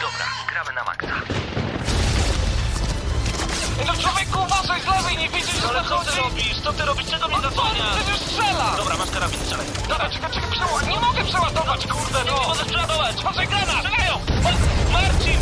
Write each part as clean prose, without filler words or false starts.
Dobra, gramy na maksa. No człowieku, uważaj z lewej, nie widzisz, że Ale co zachodzi? ty robisz? Co ty robisz? Czego mnie zasłaniasz? Przecież strzela! Dobra, masz karabin, strzelaj. Dobra, czekaj, nie mogę przeładować, kurde, no! Nie możesz przeładować! Uważaj, granat! Strzelają! Marcin!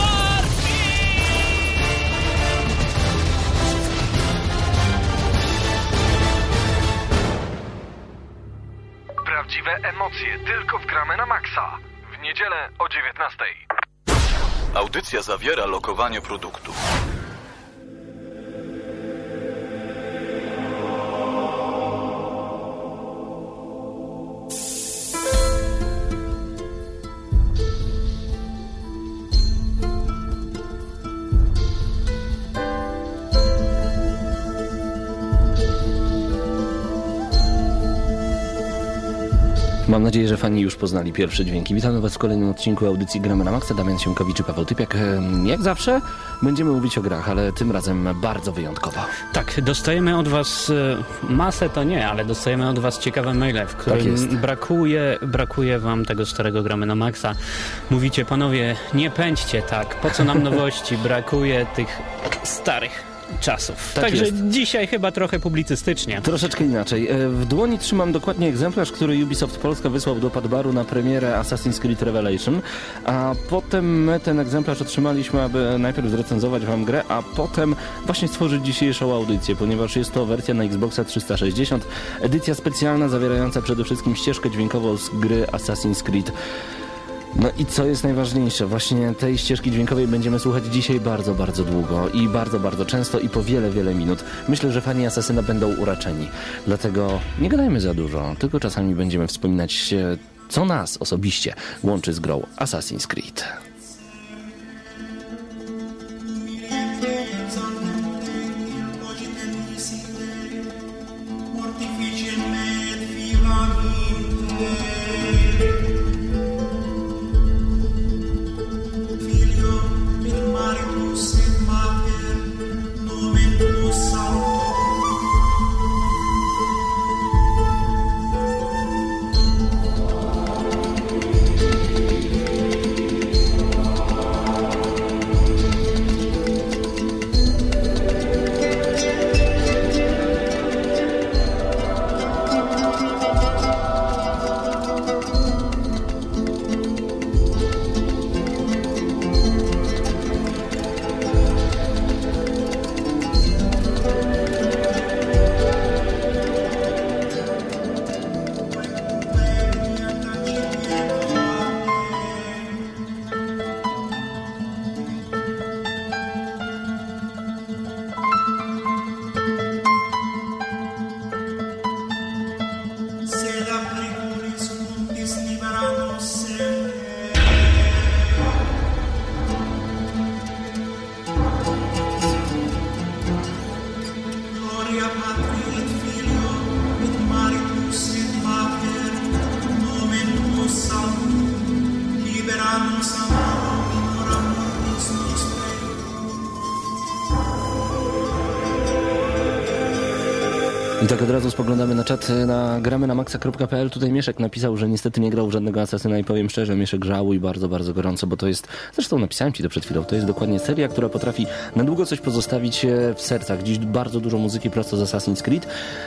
Prawdziwe emocje tylko w Gramy na Maxa. W niedzielę o 19:00. Audycja zawiera lokowanie produktu. Mam nadzieję, że fani już poznali pierwsze dźwięki. Witamy Was w kolejnym odcinku audycji Gramy na Maxa. Damian Siemkowicz i Paweł Typiak. Jak zawsze będziemy mówić o grach, ale tym razem bardzo wyjątkowo. Tak, dostajemy od Was masę, to nie, ale dostajemy od Was ciekawe maile, w którym brakuje Wam tego starego Gramy na Maxa. Mówicie, panowie, nie pędźcie tak, po co nam nowości? Brakuje tych starych czasów. Tak Także jest. dzisiaj chyba trochę publicystycznie. Troszeczkę inaczej. W dłoni trzymam dokładnie egzemplarz, który Ubisoft Polska wysłał do Padbaru na premierę Assassin's Creed Revelation, a potem my ten egzemplarz otrzymaliśmy, aby najpierw zrecenzować Wam grę, a potem właśnie stworzyć dzisiejszą audycję, ponieważ jest to wersja na Xboxa 360, edycja specjalna zawierająca przede wszystkim ścieżkę dźwiękową z gry Assassin's Creed. No i co jest najważniejsze, właśnie tej ścieżki dźwiękowej będziemy słuchać dzisiaj bardzo, bardzo długo i bardzo, bardzo często i po wiele, wiele minut. Myślę, że fani Asasyna będą uraczeni. Dlatego nie gadajmy za dużo, tylko czasami będziemy wspominać, co nas osobiście łączy z grą Assassin's Creed. I tak od razu spoglądamy na czat na gramynamaxa.pl. Tutaj Mieszek napisał, że niestety nie grał w żadnego Asasyna i powiem szczerze, Mieszek żałuj bardzo, bardzo gorąco, bo to jest, zresztą napisałem Ci to przed chwilą, to jest dokładnie seria, która potrafi na długo coś pozostawić w sercach. Dziś bardzo dużo muzyki prosto z Assassin's Creed.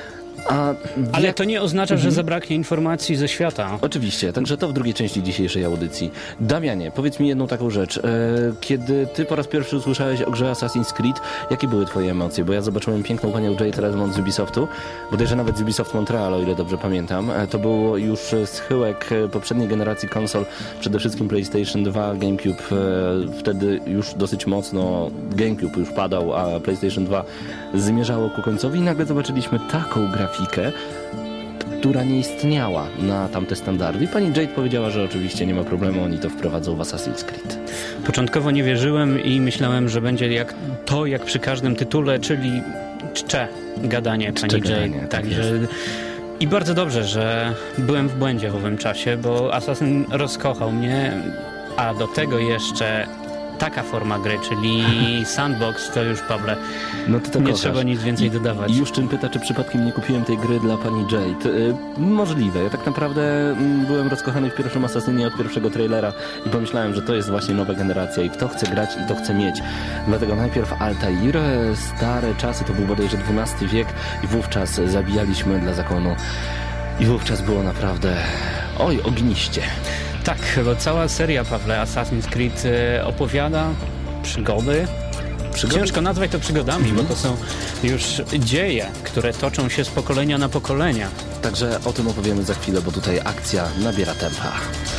Ale to nie oznacza, że zabraknie informacji ze świata. Oczywiście, także to w drugiej części dzisiejszej audycji. Damianie, powiedz mi jedną taką rzecz. Kiedy ty po raz pierwszy usłyszałeś o grze Assassin's Creed, jakie były twoje emocje? Bo ja zobaczyłem piękną panią Jade Redmond z Ubisoftu, bodajże nawet z Ubisoft Montreal, o ile dobrze pamiętam. To był już schyłek poprzedniej generacji konsol, przede wszystkim PlayStation 2, GameCube. Wtedy już dosyć mocno GameCube już padał, a PlayStation 2 zmierzało ku końcowi i nagle zobaczyliśmy taką grafikę, która nie istniała na tamte standardy. I pani Jade powiedziała, że oczywiście nie ma problemu, oni to wprowadzą w Assassin's Creed. Początkowo nie wierzyłem i myślałem, że będzie jak przy każdym tytule, czyli gadanie pani Jade. Także i bardzo dobrze, że byłem w błędzie w owym czasie, bo Assassin rozkochał mnie, a do tego jeszcze taka forma gry, czyli sandbox, to już, Pawle, No ty to nie kochasz. trzeba nic więcej dodawać. I Juszczyn pyta, czy przypadkiem nie kupiłem tej gry dla pani Jade. Możliwe. Ja tak naprawdę byłem rozkochany w pierwszym Assassinie od pierwszego trailera i pomyślałem, że to jest właśnie nowa generacja i w to chcę grać i to chcę mieć. Dlatego najpierw Altair, stare czasy, to był bodajże XII wiek i wówczas zabijaliśmy dla zakonu. I wówczas było naprawdę... Oj, ogniście. Tak, bo cała seria, Pawle, Assassin's Creed opowiada przygody. Ciężko nazwać to przygodami, bo to są już dzieje, które toczą się z pokolenia na pokolenia. Także o tym opowiemy za chwilę, bo tutaj akcja nabiera tempa.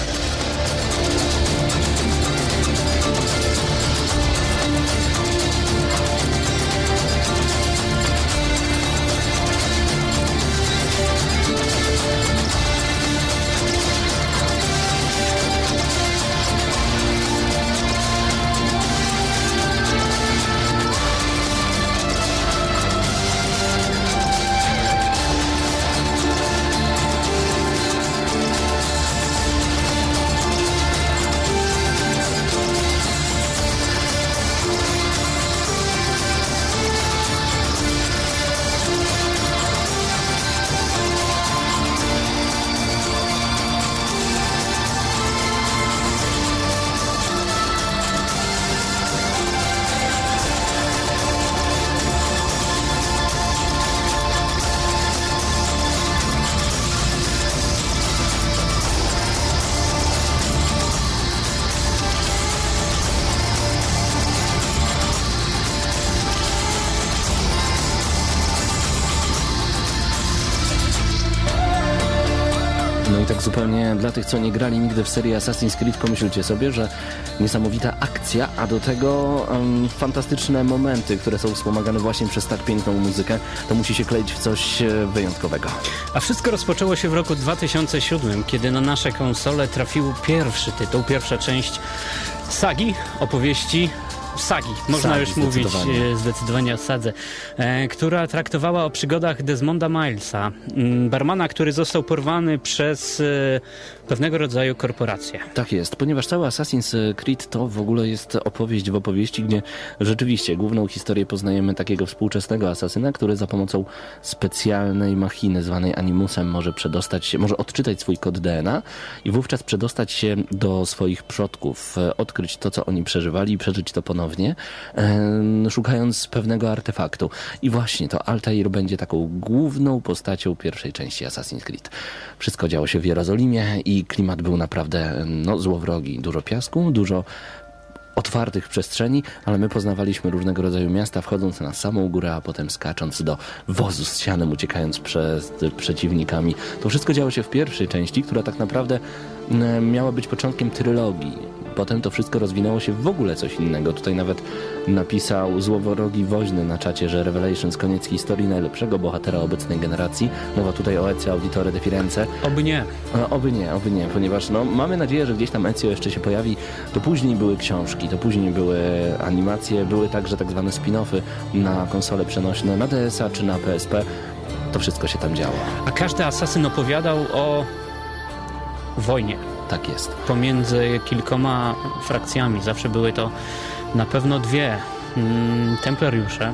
No i tak zupełnie dla tych, co nie grali nigdy w serii Assassin's Creed, pomyślcie sobie, że niesamowita akcja, a do tego fantastyczne momenty, które są wspomagane właśnie przez tak piękną muzykę, to musi się kleić w coś wyjątkowego. A wszystko rozpoczęło się w roku 2007, kiedy na nasze konsole trafił pierwszy tytuł, pierwsza część sagi, opowieści sagi, można Sagi, już mówić zdecydowanie o sadze, która traktowała o przygodach Desmonda Milesa, barmana, który został porwany przez pewnego rodzaju korporację. Tak jest, ponieważ cały Assassin's Creed to w ogóle jest opowieść w opowieści, gdzie rzeczywiście główną historię poznajemy takiego współczesnego asasyna, który za pomocą specjalnej machiny zwanej Animusem może przedostać się, może odczytać swój kod DNA i wówczas przedostać się do swoich przodków, odkryć to, co oni przeżywali i przeżyć to ponownie, szukając pewnego artefaktu. I właśnie to Altair będzie taką główną postacią pierwszej części Assassin's Creed. Wszystko działo się w Jerozolimie i klimat był naprawdę złowrogi. Dużo piasku, dużo otwartych przestrzeni, ale my poznawaliśmy różnego rodzaju miasta, wchodząc na samą górę, a potem skacząc do wozu z sianem, uciekając przed przeciwnikami. To wszystko działo się w pierwszej części, która tak naprawdę miała być początkiem trylogii. Potem to wszystko rozwinęło się w ogóle coś innego. Tutaj nawet napisał złowrogi woźny na czacie, że Revelations koniec historii najlepszego bohatera obecnej generacji. Mowa tutaj o Ezio Auditore de Firenze. Oby nie. Oby nie, ponieważ mamy nadzieję, że gdzieś tam Ezio jeszcze się pojawi. To później były książki, to później były animacje, były także tak zwane spin-offy na konsole przenośne, na DS-a czy na PSP. To wszystko się tam działo. A każdy asasyn opowiadał o wojnie. Tak jest. Pomiędzy kilkoma frakcjami. Zawsze były to na pewno dwie. Templariusze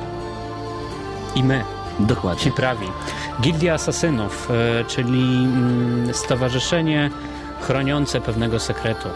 i my. Dokładnie. Ci prawi. Gildia Asasynów, czyli stowarzyszenie chroniące pewnego sekretu.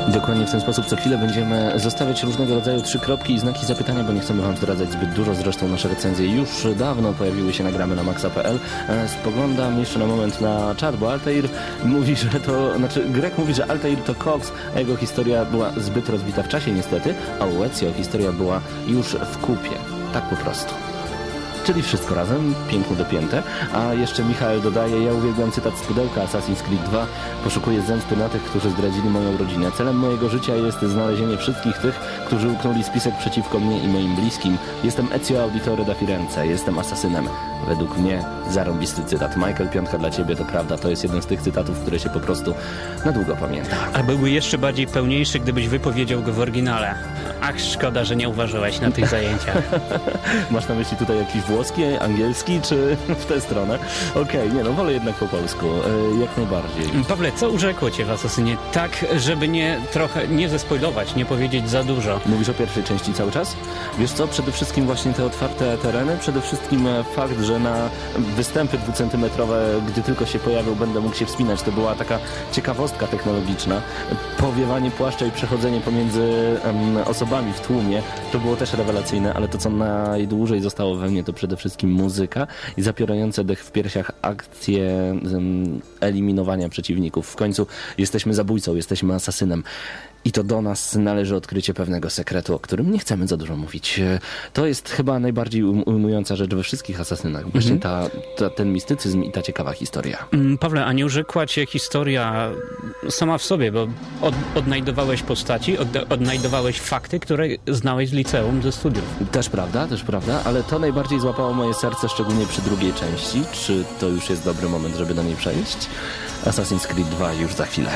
Dokładnie w ten sposób co chwilę będziemy zostawiać różnego rodzaju 3 kropki i znaki zapytania, bo nie chcemy wam zdradzać zbyt dużo. Zresztą nasze recenzje już dawno pojawiły się na gramy na maxa.pl. Spoglądam jeszcze na moment na czat, bo Altair mówi, że to... Znaczy, Greg mówi, że Altair to koks, a jego historia była zbyt rozbita w czasie niestety, a u Ezio historia była już w kupie. Tak po prostu. Czyli wszystko razem, pięknie dopięte. A jeszcze Michał dodaje, ja uwielbiam cytat z pudełka Assassin's Creed 2. Poszukuję zemsty na tych, którzy zdradzili moją rodzinę. Celem mojego życia jest znalezienie wszystkich tych, którzy uknuli spisek przeciwko mnie i moim bliskim. Jestem Ezio Auditore da Firenze. Jestem asasynem. Według mnie zarąbisty cytat. Michael, piątka dla ciebie, to prawda. To jest jeden z tych cytatów, które się po prostu na długo pamięta. A byłby jeszcze bardziej pełniejszy, gdybyś wypowiedział go w oryginale. Ach, szkoda, że nie uważałeś na tych zajęciach. Masz na myśli tutaj jakiś włoski, angielski, czy w tę stronę? Okej, nie no, wolę jednak po polsku, jak najbardziej. Pawle, co urzekło cię w Asasynie? Tak, żeby nie zespoilować, nie powiedzieć za dużo. Mówisz o pierwszej części cały czas? Wiesz co, przede wszystkim właśnie te otwarte tereny, przede wszystkim fakt, że na występy 2-centymetrowe, gdy tylko się pojawią, będę mógł się wspinać. To była taka ciekawostka technologiczna. Powiewanie płaszcza i przechodzenie pomiędzy osobami w tłumie, to było też rewelacyjne, ale to, co najdłużej zostało we mnie, to przede wszystkim muzyka i zapierające dech w piersiach akcje eliminowania przeciwników. W końcu jesteśmy zabójcą, jesteśmy asasynem. I to do nas należy odkrycie pewnego sekretu, o którym nie chcemy za dużo mówić. To jest chyba najbardziej ujmująca rzecz we wszystkich asasynach. Właśnie ten mistycyzm i ta ciekawa historia. Pawle, a nie urzekła cię historia sama w sobie, bo odnajdowałeś postaci, odnajdowałeś fakty, które znałeś z liceum, ze studiów. Też prawda, ale to najbardziej złapało moje serce, szczególnie przy drugiej części. Czy to już jest dobry moment, żeby do niej przejść? Assassin's Creed 2 już za chwilę.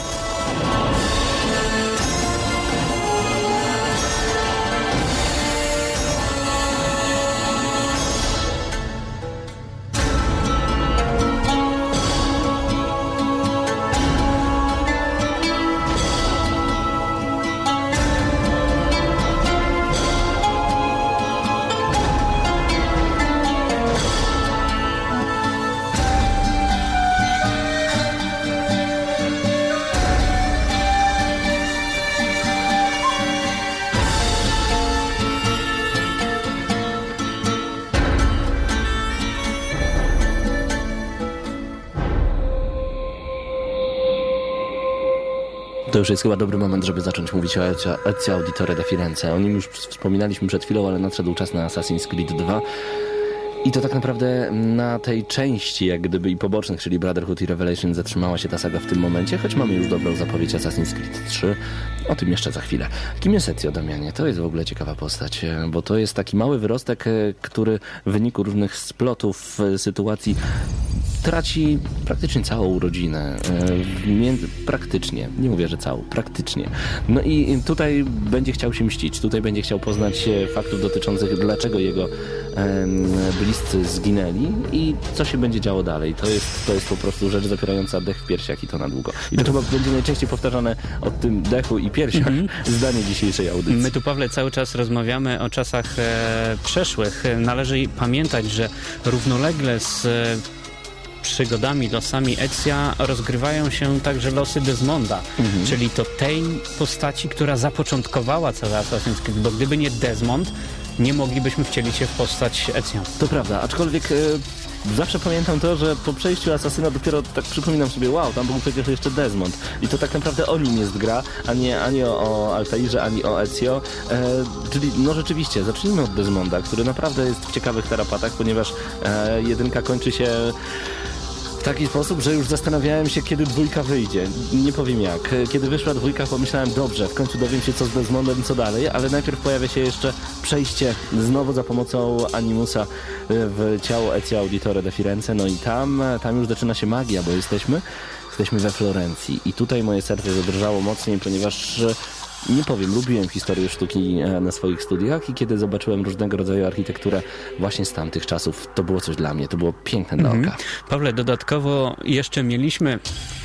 To już jest chyba dobry moment, żeby zacząć mówić o Ezio Auditore da Firenze. O nim już wspominaliśmy przed chwilą, ale nadszedł czas na Assassin's Creed 2. I to tak naprawdę na tej części, jak gdyby i pobocznych, czyli Brotherhood i Revelation, zatrzymała się ta saga w tym momencie, choć mamy już dobrą zapowiedź Assassin's Creed 3. O tym jeszcze za chwilę. Kim jest Ezio, Damianie? To jest w ogóle ciekawa postać, bo to jest taki mały wyrostek, który w wyniku różnych splotów sytuacji traci praktycznie całą rodzinę. Praktycznie. Nie mówię, że całą. Praktycznie. No i tutaj będzie chciał się mścić. Tutaj będzie chciał poznać faktów dotyczących, dlaczego jego bliscy zginęli i co się będzie działo dalej. To jest po prostu rzecz zapierająca dech w piersiach i to na długo. I to chyba będzie najczęściej powtarzane o tym dechu i piersiach zdanie dzisiejszej audycji. My tu, Pawle, cały czas rozmawiamy o czasach przeszłych. Należy pamiętać, że równolegle z przygodami, losami Ezia rozgrywają się także losy Desmonda, czyli to tej postaci, która zapoczątkowała cały Assassin's Creed, bo gdyby nie Desmond, nie moglibyśmy wcielić się w postać Ezio. To prawda, aczkolwiek zawsze pamiętam to, że po przejściu Asasyna dopiero tak przypominam sobie, wow, tam był przecież jeszcze Desmond. I to tak naprawdę o nim jest gra, ani o Altairze, ani o Ezio. Czyli no rzeczywiście, zacznijmy od Desmonda, który naprawdę jest w ciekawych tarapatach, ponieważ jedynka kończy się w taki sposób, że już zastanawiałem się, kiedy dwójka wyjdzie. Nie powiem jak. Kiedy wyszła dwójka, pomyślałem, dobrze, w końcu dowiem się, co z Desmondem, co dalej, ale najpierw pojawia się jeszcze przejście znowu za pomocą Animusa w ciało Ezio Auditore da Firenze, no i tam już zaczyna się magia, bo jesteśmy we Florencji i tutaj moje serce zadrżało mocniej, ponieważ nie powiem, lubiłem historię sztuki na swoich studiach i kiedy zobaczyłem różnego rodzaju architekturę właśnie z tamtych czasów, to było coś dla mnie, to było piękne dla oka. Pawle, dodatkowo jeszcze mieliśmy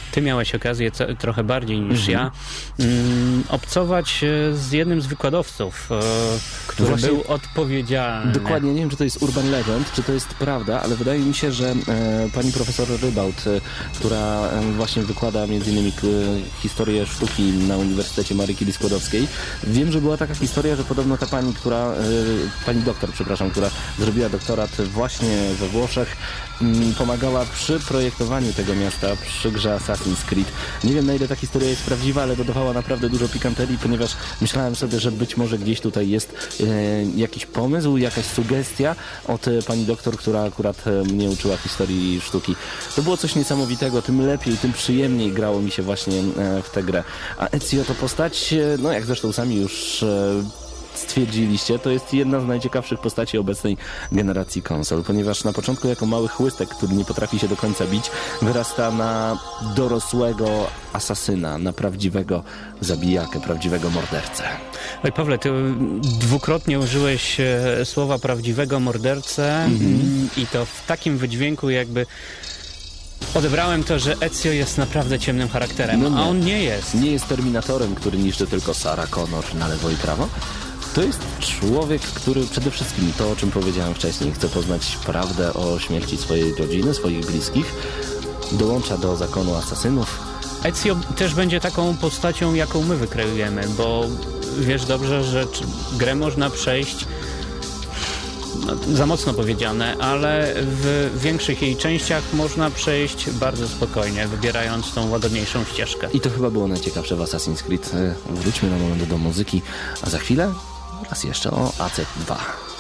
ty miałeś okazję trochę bardziej niż ja, obcować z jednym z wykładowców, który Właśnie był odpowiedzialny. Dokładnie, nie wiem, czy to jest urban legend, czy to jest prawda, ale wydaje mi się, że pani profesor Rybaut, która właśnie wykłada m.in. historię sztuki na Uniwersytecie Marii Curie-Skłodowskiej, wiem, że była taka historia, że podobno ta pani, pani doktor, przepraszam, która zrobiła doktorat właśnie we Włoszech, pomagała przy projektowaniu tego miasta, przy grze Assassin's Creed. Nie wiem, na ile ta historia jest prawdziwa, ale dodawała naprawdę dużo pikanterii, ponieważ myślałem sobie, że być może gdzieś tutaj jest jakiś pomysł, jakaś sugestia od pani doktor, która akurat mnie uczyła historii sztuki. To było coś niesamowitego, tym lepiej, tym przyjemniej grało mi się właśnie w tę grę. A Ezio to postać, no jak zresztą sami już stwierdziliście, to jest jedna z najciekawszych postaci obecnej generacji konsol, ponieważ na początku jako mały chłystek, który nie potrafi się do końca bić, wyrasta na dorosłego asasyna, na prawdziwego zabijakę, prawdziwego mordercę. Oj, Pawle, ty dwukrotnie użyłeś słowa prawdziwego mordercę i to w takim wydźwięku, jakby odebrałem to, że Ezio jest naprawdę ciemnym charakterem, No nie. a on nie jest. Nie jest Terminatorem, który niszczy tylko Sarah Connor na lewo i prawo. To jest człowiek, który przede wszystkim, to o czym powiedziałem wcześniej, chce poznać prawdę o śmierci swojej rodziny, swoich bliskich, dołącza do zakonu asasynów. Ezio też będzie taką postacią, jaką my wykreujemy, bo wiesz dobrze, że grę można przejść, no, za mocno powiedziane, ale w większych jej częściach można przejść bardzo spokojnie, wybierając tą łagodniejszą ścieżkę. I to chyba było najciekawsze w Assassin's Creed. Wróćmy na moment do muzyki, a za chwilę raz jeszcze o AC2.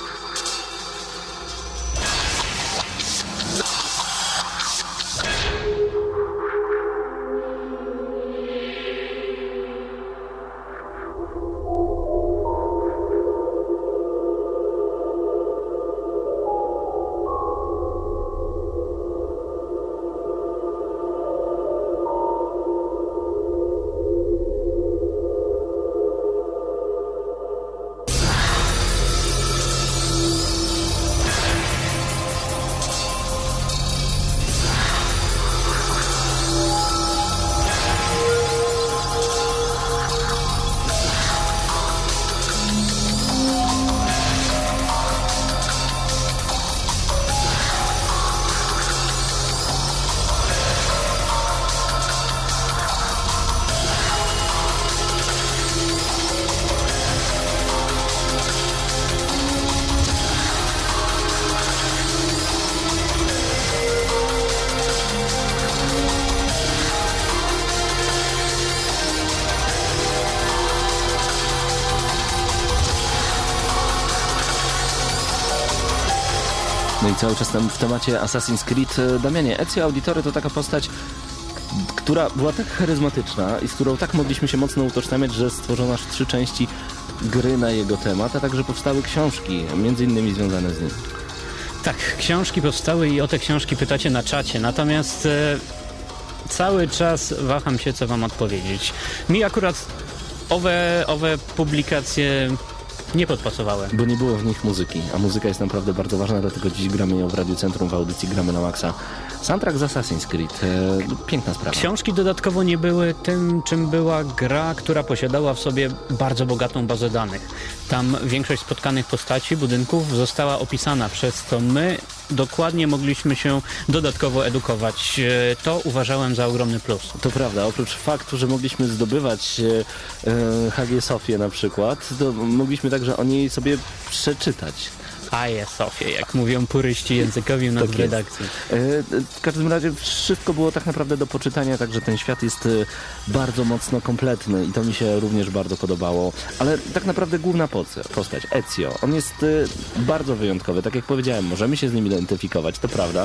No i cały czas tam w temacie Assassin's Creed. Damianie, Ezio Auditore to taka postać, która była tak charyzmatyczna i z którą tak mogliśmy się mocno utożsamiać, że stworzono aż 3 części gry na jego temat, a także powstały książki, między innymi związane z nim. Tak, książki powstały i o te książki pytacie na czacie, natomiast cały czas waham się, co wam odpowiedzieć. Mi akurat owe publikacje nie podpasowały. Bo nie było w nich muzyki, a muzyka jest naprawdę bardzo ważna, dlatego dziś gramy ją w Radiu Centrum, w audycji Gramy na Maxa. Soundtrack z Assassin's Creed. Piękna sprawa. Książki dodatkowo nie były tym, czym była gra, która posiadała w sobie bardzo bogatą bazę danych. Tam większość spotkanych postaci, budynków została opisana, przez co my dokładnie mogliśmy się dodatkowo edukować. To uważałem za ogromny plus. To prawda, oprócz faktu, że mogliśmy zdobywać Hagię Sofię na przykład, to mogliśmy także o niej sobie przeczytać. Hagię Sofię, jak mówią puryści językowi u nas w redakcji. W każdym razie wszystko było tak naprawdę do poczytania, także ten świat jest bardzo mocno kompletny i to mi się również bardzo podobało. Ale tak naprawdę główna postać, Ezio, on jest bardzo wyjątkowy. Tak jak powiedziałem, możemy się z nim identyfikować, to prawda.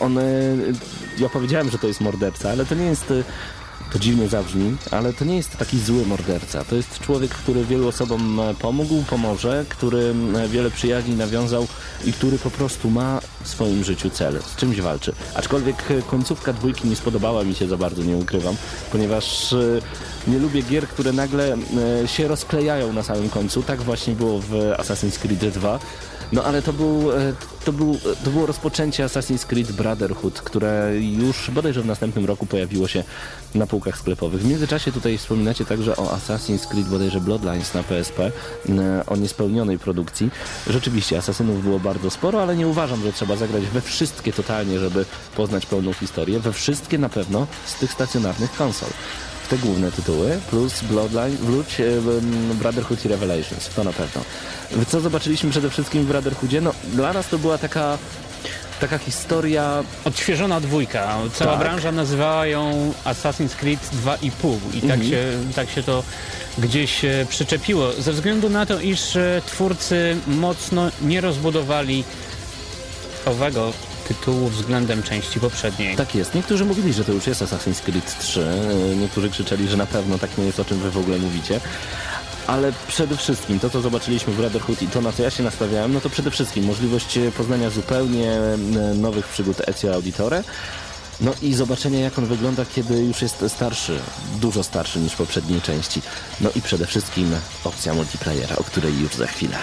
Ja powiedziałem, że to jest morderca, ale to nie jest... To dziwnie zabrzmi, ale to nie jest taki zły morderca. To jest człowiek, który wielu osobom pomógł, pomoże, który wiele przyjaźni nawiązał i który po prostu ma w swoim życiu cel, z czymś walczy. Aczkolwiek końcówka 2 nie spodobała mi się za bardzo, nie ukrywam, ponieważ nie lubię gier, które nagle się rozklejają na samym końcu. Tak właśnie było w Assassin's Creed 2. No ale to było rozpoczęcie Assassin's Creed Brotherhood, które już bodajże w następnym roku pojawiło się na półkach sklepowych. W międzyczasie tutaj wspominacie także o Assassin's Creed bodajże Bloodlines na PSP, o niespełnionej produkcji. Rzeczywiście asasynów było bardzo sporo, ale nie uważam, że trzeba zagrać we wszystkie totalnie, żeby poznać pełną historię. We wszystkie na pewno z tych stacjonarnych konsol. Te główne tytuły, plus Bloodline, Brotherhood i Revelations, to na pewno. Co zobaczyliśmy przede wszystkim w Brotherhoodzie? No, dla nas to była taka historia... Odświeżona dwójka. Cała branża nazywała ją Assassin's Creed 2,5 i tak się to gdzieś przyczepiło. Ze względu na to, iż twórcy mocno nie rozbudowali owego tytułu względem części poprzedniej. Tak jest. Niektórzy mówili, że to już jest Assassin's Creed 3. Niektórzy krzyczeli, że na pewno tak nie jest, o czym wy w ogóle mówicie. Ale przede wszystkim to, co zobaczyliśmy w Brotherhood i to, na co ja się nastawiałem, no to przede wszystkim możliwość poznania zupełnie nowych przygód Ezio Auditore. No i zobaczenia, jak on wygląda, kiedy już jest starszy, dużo starszy niż w poprzedniej części. No i przede wszystkim opcja multiplayera, o której już za chwilę.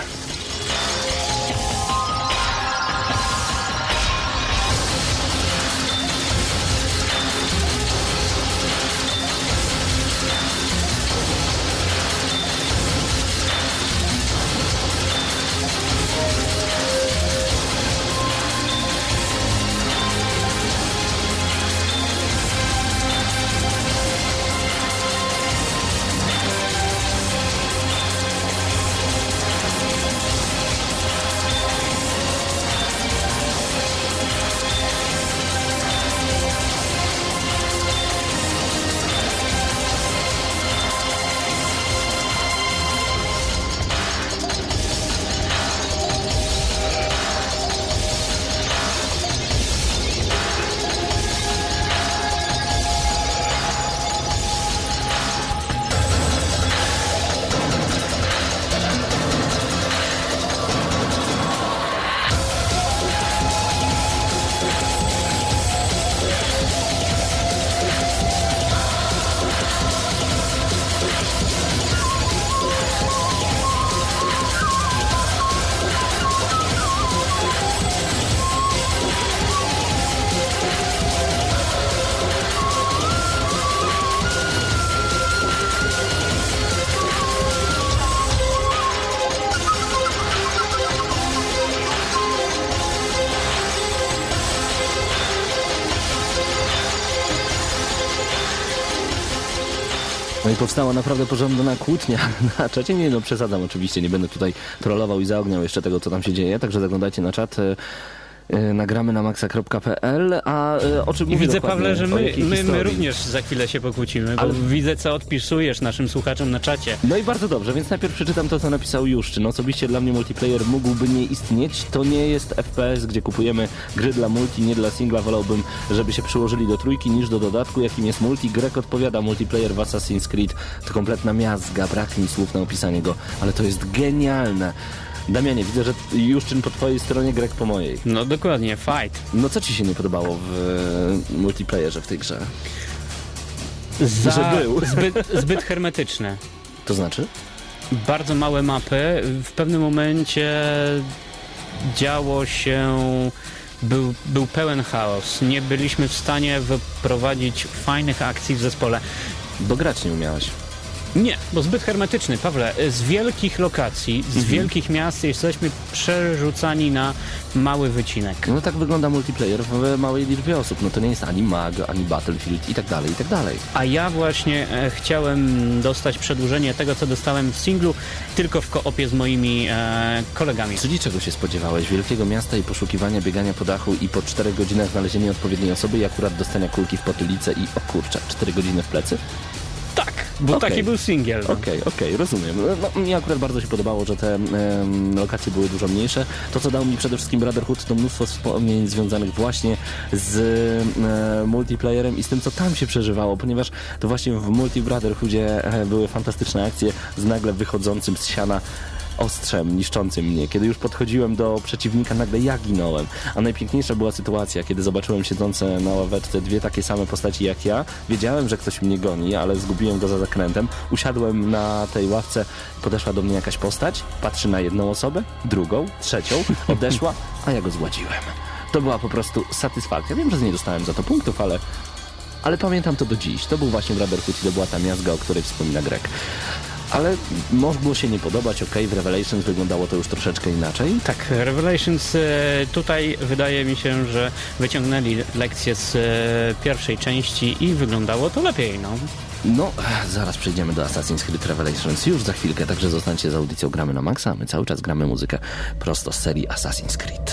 No i powstała naprawdę porządna kłótnia na czacie. Nie, no przesadzam oczywiście, nie będę tutaj trollował i zaogniał jeszcze tego, co tam się dzieje, także zaglądajcie na czat. Nagramy na maxa.pl, a o czym mówię widzę, Pawle, że my również za chwilę się pokłócimy, bo widzę, co odpisujesz naszym słuchaczom na czacie. No i bardzo dobrze, więc najpierw przeczytam to, co napisał Juszczyn. Osobiście dla mnie multiplayer mógłby nie istnieć. To nie jest FPS, gdzie kupujemy gry dla multi, nie dla singla. Wolałbym, żeby się przyłożyli do trójki niż do dodatku, jakim jest multi. Grek odpowiada, multiplayer w Assassin's Creed to kompletna miazga, brak mi słów na opisanie go, ale to jest genialne. Damianie, widzę, że Juszczyn po twojej stronie, Grek po mojej. No dokładnie, fight. No co ci się nie podobało w multiplayerze w tej grze? Zbyt hermetyczne. To znaczy? Bardzo małe mapy. W pewnym momencie działo się... Był pełen chaos. Nie byliśmy w stanie wyprowadzić fajnych akcji w zespole. Bo grać nie umiałeś. Nie, bo zbyt hermetyczny, Pawle. Z wielkich lokacji, z wielkich miast jesteśmy przerzucani na mały wycinek. No tak wygląda multiplayer w małej liczbie osób. No to nie jest ani MAG, ani Battlefield i tak dalej, i tak dalej. A ja właśnie chciałem dostać przedłużenie tego, co dostałem w singlu, tylko w koopie z moimi kolegami. Czyli czego się spodziewałeś? Wielkiego miasta i poszukiwania, biegania po dachu i po 4 godzinach znalezienia odpowiedniej osoby i akurat dostania kulki w potylicę i o kurczę, 4 godziny w plecy? Tak, bo taki był singiel. No. Okej, rozumiem. No, mnie akurat bardzo się podobało, że te lokacje były dużo mniejsze. To, co dał mi przede wszystkim Brotherhood, to mnóstwo wspomnień związanych właśnie z multiplayerem i z tym, co tam się przeżywało, ponieważ to właśnie w Brotherhoodzie były fantastyczne akcje z nagle wychodzącym z siana ostrzem niszczącym mnie. Kiedy już podchodziłem do przeciwnika, nagle ja ginąłem. A najpiękniejsza była sytuacja, kiedy zobaczyłem siedzące na ławeczce dwie takie same postaci jak ja. Wiedziałem, że ktoś mnie goni, ale zgubiłem go za zakrętem. Usiadłem na tej ławce, podeszła do mnie jakaś postać, patrzy na jedną osobę, drugą, trzecią, odeszła, a ja go zgładziłem. To była po prostu satysfakcja. Wiem, że nie dostałem za to punktów, ale pamiętam to do dziś. To był właśnie Brotherhood i to była ta miazga, o której wspomina Greg. Ale mogło się nie podobać, w Revelations wyglądało to już troszeczkę inaczej. Tak, Revelations tutaj wydaje mi się, że wyciągnęli lekcje z pierwszej części i wyglądało to lepiej, no. No, zaraz przejdziemy do Assassin's Creed Revelations już za chwilkę, także zostańcie z audycją Gramy na Maxa, a my cały czas gramy muzykę prosto z serii Assassin's Creed.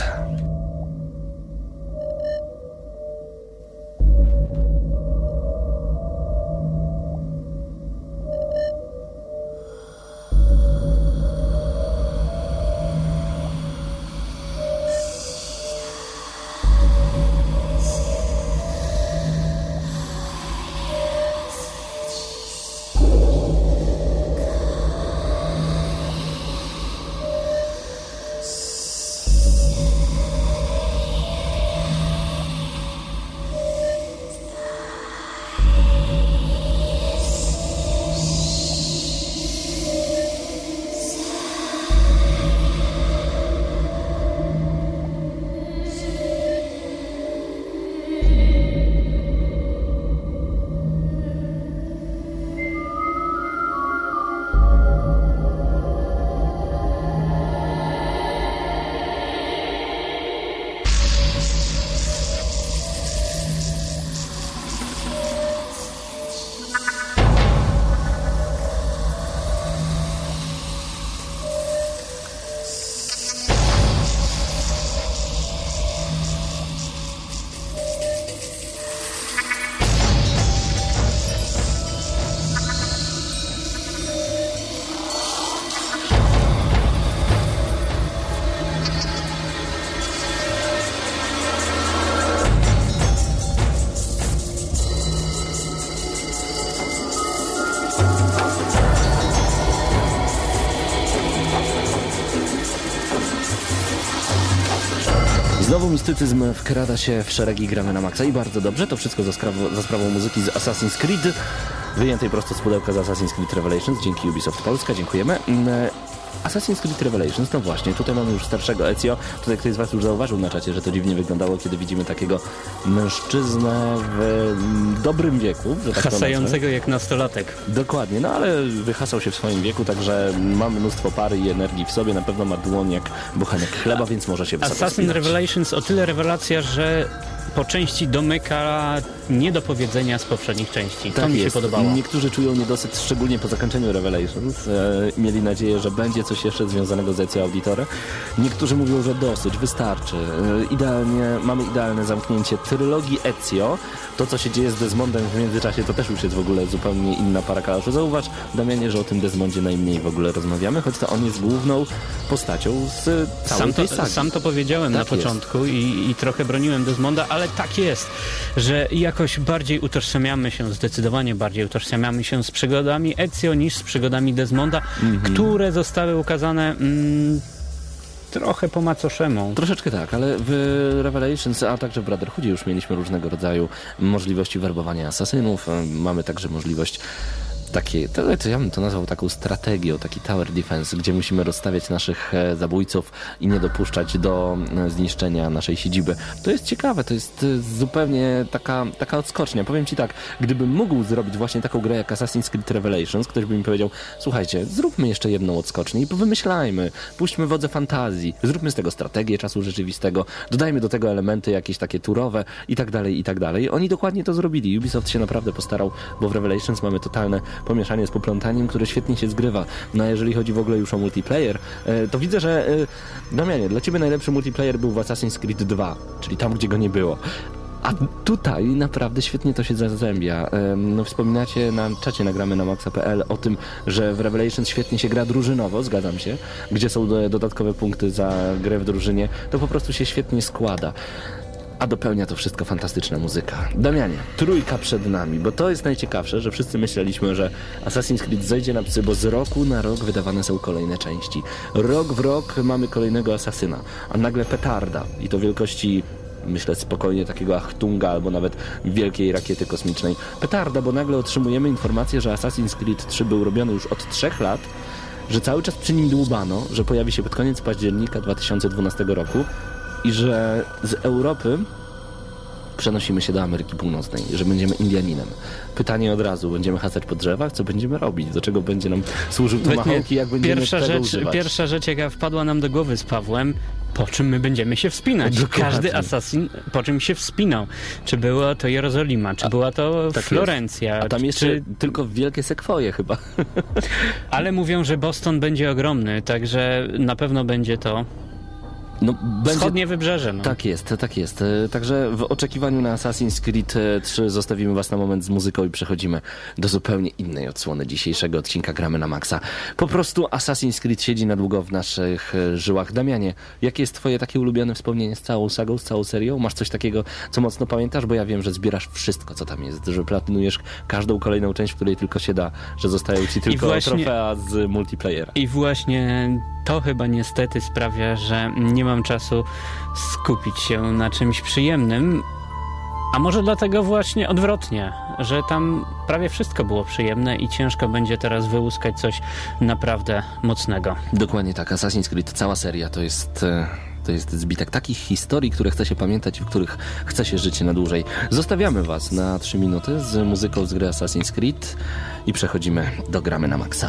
Znowu mistycyzm wkrada się w szeregi Gramy na Maxa i bardzo dobrze. To wszystko za sprawą muzyki z Assassin's Creed, wyjętej prosto z pudełka z Assassin's Creed Revelations. Dzięki Ubisoft Polska, dziękujemy. Assassin's Creed Revelations, no właśnie, tutaj mamy już starszego Ezio. Tutaj ktoś z was już zauważył na czacie, że to dziwnie wyglądało, kiedy widzimy takiego mężczyznę w dobrym wieku, że tak hasającego jak nastolatek. Dokładnie, no ale wyhasał się w swoim wieku, także ma mnóstwo pary i energii w sobie, na pewno ma dłoń jak bochenek chleba, więc może się wysoko Assassin's wspinać. Revelations o tyle rewelacja, że po części domyka niedopowiedzenia z poprzednich części. Tak to mi się jest. podobało. Niektórzy czują niedosyt, szczególnie po zakończeniu Revelations. Mieli nadzieję, że będzie coś jeszcze związanego z Ezio Auditore. Niektórzy mówią, że dosyć, wystarczy. Mamy idealne zamknięcie trylogii Ezio. To, co się dzieje z Desmondem w międzyczasie, to też już jest w ogóle zupełnie inna para kaloszy. Zauważ, Damianie, że o tym Desmondzie najmniej w ogóle rozmawiamy, choć to on jest główną postacią z całej tej sagi. Sam to powiedziałem tak na początku i trochę broniłem Desmonda, ale tak jest, że jakoś bardziej utożsamiamy się, zdecydowanie bardziej utożsamiamy się z przygodami Ezio niż z przygodami Desmonda, które zostały ukazane trochę po macoszemu. Troszeczkę tak, ale w Revelations, a także w Brotherhoodzie już mieliśmy różnego rodzaju możliwości werbowania asasynów. Mamy także możliwość takiej, to ja bym to nazwał taką strategią, taki tower defense, gdzie musimy rozstawiać naszych zabójców i nie dopuszczać do zniszczenia naszej siedziby. To jest ciekawe, to jest zupełnie taka odskocznia. Powiem ci tak, gdybym mógł zrobić właśnie taką grę jak Assassin's Creed Revelations, ktoś by mi powiedział, słuchajcie, zróbmy jeszcze jedną odskocznię i powymyślajmy, puśćmy wodze fantazji, zróbmy z tego strategię czasu rzeczywistego, dodajmy do tego elementy jakieś takie turowe i tak dalej, i tak dalej. Oni dokładnie to zrobili. Ubisoft się naprawdę postarał, bo w Revelations mamy totalne pomieszanie z poplątaniem, które świetnie się zgrywa. No a jeżeli chodzi w ogóle już o multiplayer, to widzę, że Damianie, dla ciebie najlepszy multiplayer był w Assassin's Creed 2, czyli tam, gdzie go nie było. A tutaj naprawdę świetnie to się zazębia. No, wspominacie na czacie nagramy na maxa.pl o tym, że w Revelations świetnie się gra drużynowo, zgadzam się, gdzie są dodatkowe punkty za grę w drużynie, to po prostu się świetnie składa. a dopełnia to wszystko fantastyczna muzyka. Damianie, trójka przed nami, bo to jest najciekawsze, że wszyscy myśleliśmy, że Assassin's Creed zejdzie na psy, bo z roku na rok wydawane są kolejne części. Rok w rok mamy kolejnego asasyna, a nagle petarda i to wielkości, myślę, spokojnie takiego Achtunga albo nawet wielkiej rakiety kosmicznej. Petarda, bo nagle otrzymujemy informację, że Assassin's Creed 3 był robiony już od 3 lat, że cały czas przy nim dłubano, że pojawi się pod koniec października 2012 roku i że z Europy przenosimy się do Ameryki Północnej, że będziemy Indianinem. Pytanie od razu, będziemy hasać po drzewach? Co będziemy robić? Do czego będzie nam służył tomahawk i jak będziemy tego używać? Pierwsza rzecz, jaka wpadła nam do głowy z Pawłem, po czym my będziemy się wspinać. Dokładnie. Każdy asasin po czym się wspinał. Czy była to Jerozolima, czy była to tak Florencja. A tam jeszcze tylko wielkie sekwoje chyba. Ale mówią, że Boston będzie ogromny, także na pewno będzie to wschodnie wybrzeże. No. Tak jest, tak jest. Także w oczekiwaniu na Assassin's Creed 3 zostawimy was na moment z muzyką i przechodzimy do zupełnie innej odsłony dzisiejszego odcinka Gramy na Maxa. Po prostu Assassin's Creed siedzi na długo w naszych żyłach. Damianie, jakie jest twoje takie ulubione wspomnienie z całą sagą, z całą serią? Masz coś takiego, co mocno pamiętasz? Bo ja wiem, że zbierasz wszystko, co tam jest, że platynujesz każdą kolejną część, w której tylko się da, że zostają ci tylko trofea z multiplayera. I właśnie to chyba niestety sprawia, że nie mam czasu skupić się na czymś przyjemnym, a może dlatego właśnie odwrotnie, że tam prawie wszystko było przyjemne i ciężko będzie teraz wyłuskać coś naprawdę mocnego. Dokładnie tak, Assassin's Creed, cała seria to jest zbitek takich historii, które chce się pamiętać i w których chce się żyć na dłużej. Zostawiamy was na 3 minuty z muzyką z gry Assassin's Creed i przechodzimy do Gramy na Maxa.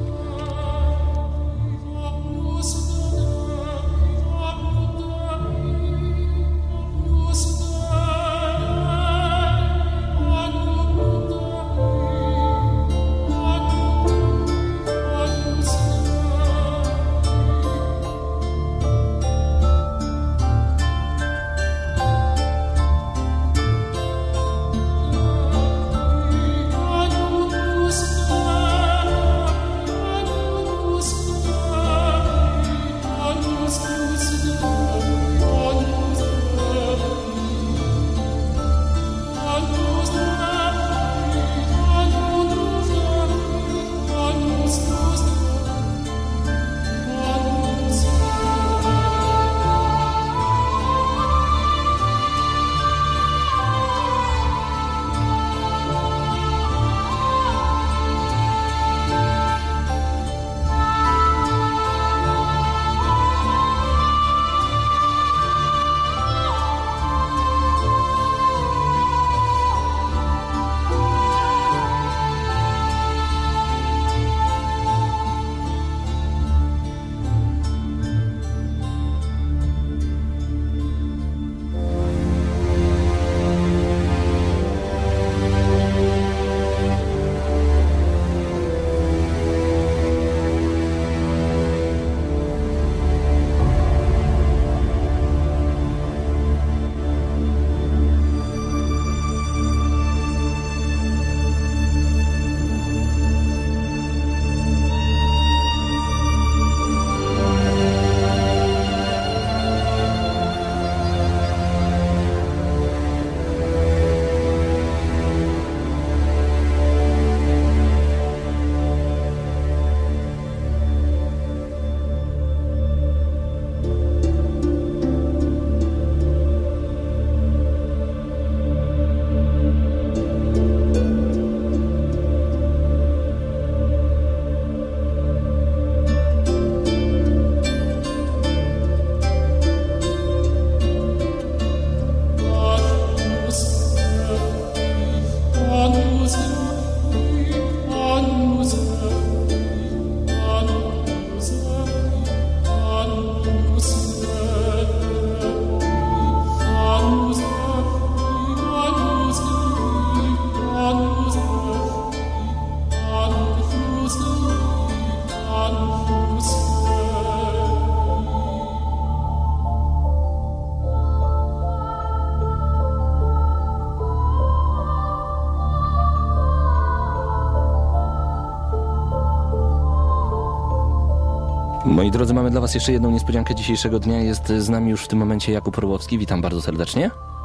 Moi drodzy, mamy dla was jeszcze jedną niespodziankę dzisiejszego dnia. Jest z nami już w tym momencie Jakub Orłowski. Witam bardzo serdecznie.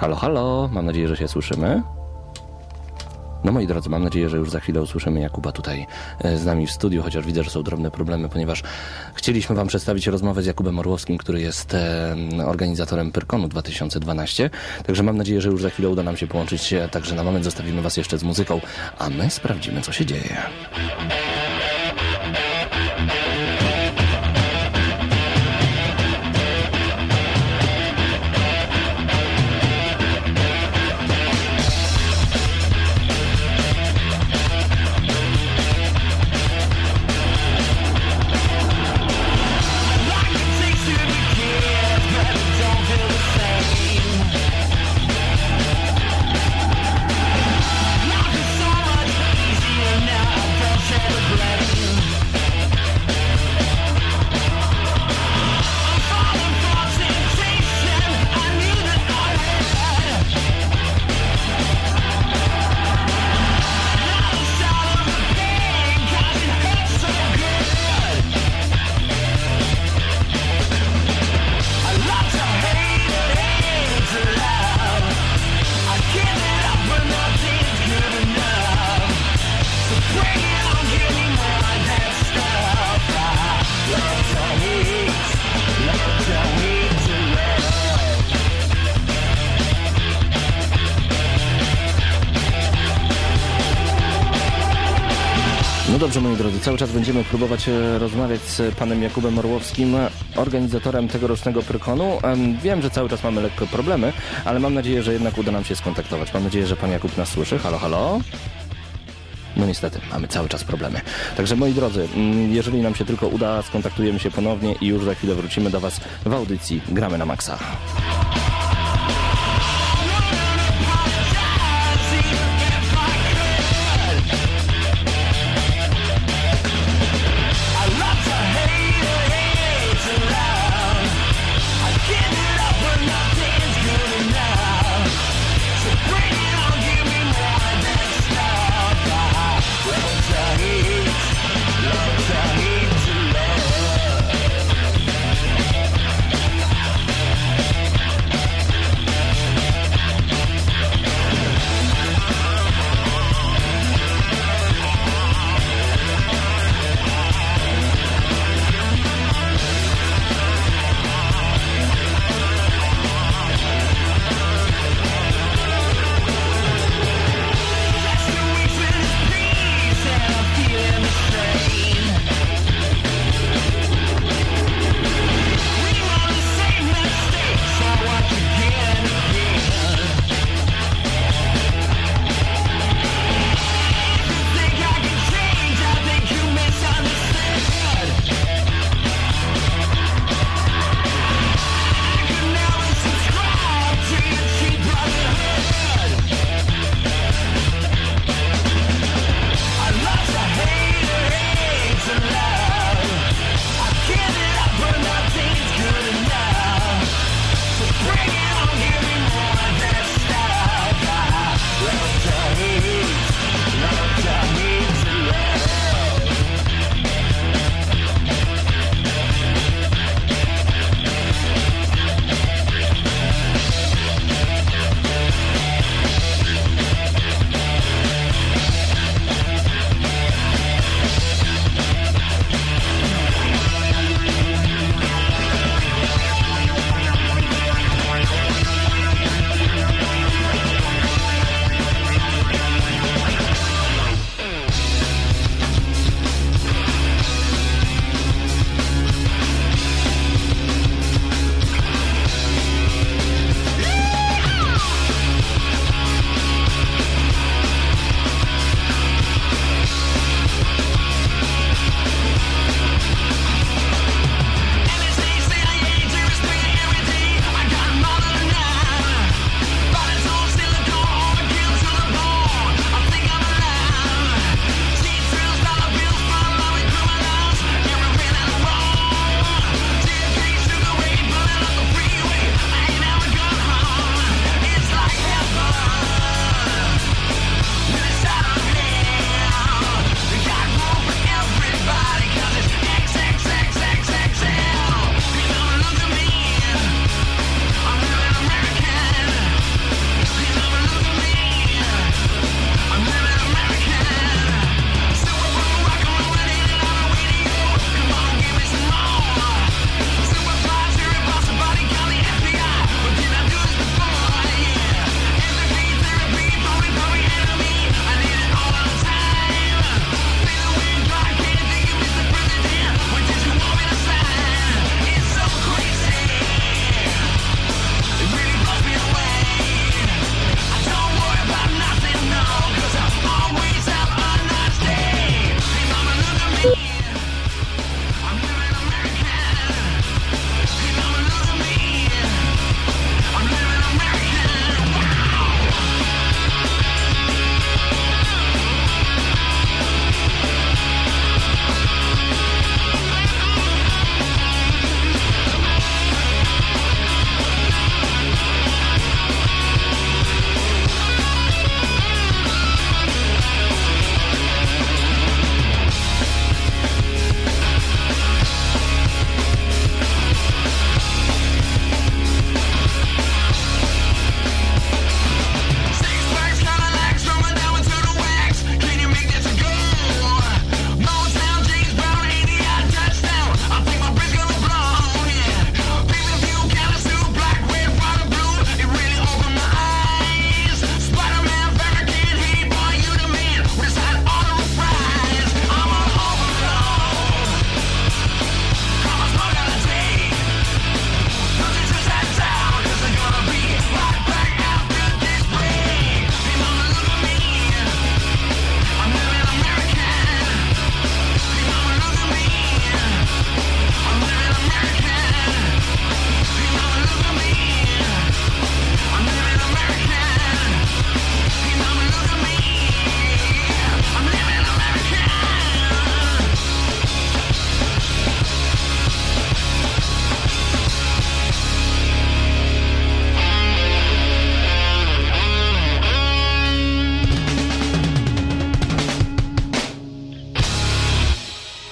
Halo, halo, mam nadzieję, że się słyszymy. No moi drodzy, mam nadzieję, że już za chwilę usłyszymy Jakuba tutaj z nami w studiu, chociaż widzę, że są drobne problemy, ponieważ chcieliśmy wam przedstawić rozmowę z Jakubem Orłowskim, który jest organizatorem Pyrkonu 2012. Także mam nadzieję, że już za chwilę uda nam się połączyć. Także na moment zostawimy was jeszcze z muzyką, a my sprawdzimy, co się dzieje. No dobrze, moi drodzy, cały czas będziemy próbować rozmawiać z panem Jakubem Orłowskim, organizatorem tegorocznego Pyrkonu. Wiem, że cały czas mamy lekko problemy, ale mam nadzieję, że jednak uda nam się skontaktować. Mam nadzieję, że pan Jakub nas słyszy. Halo, halo? No niestety, mamy cały czas problemy. Także moi drodzy, jeżeli nam się tylko uda, skontaktujemy się ponownie i już za chwilę wrócimy do was w audycji Gramy na Maxa.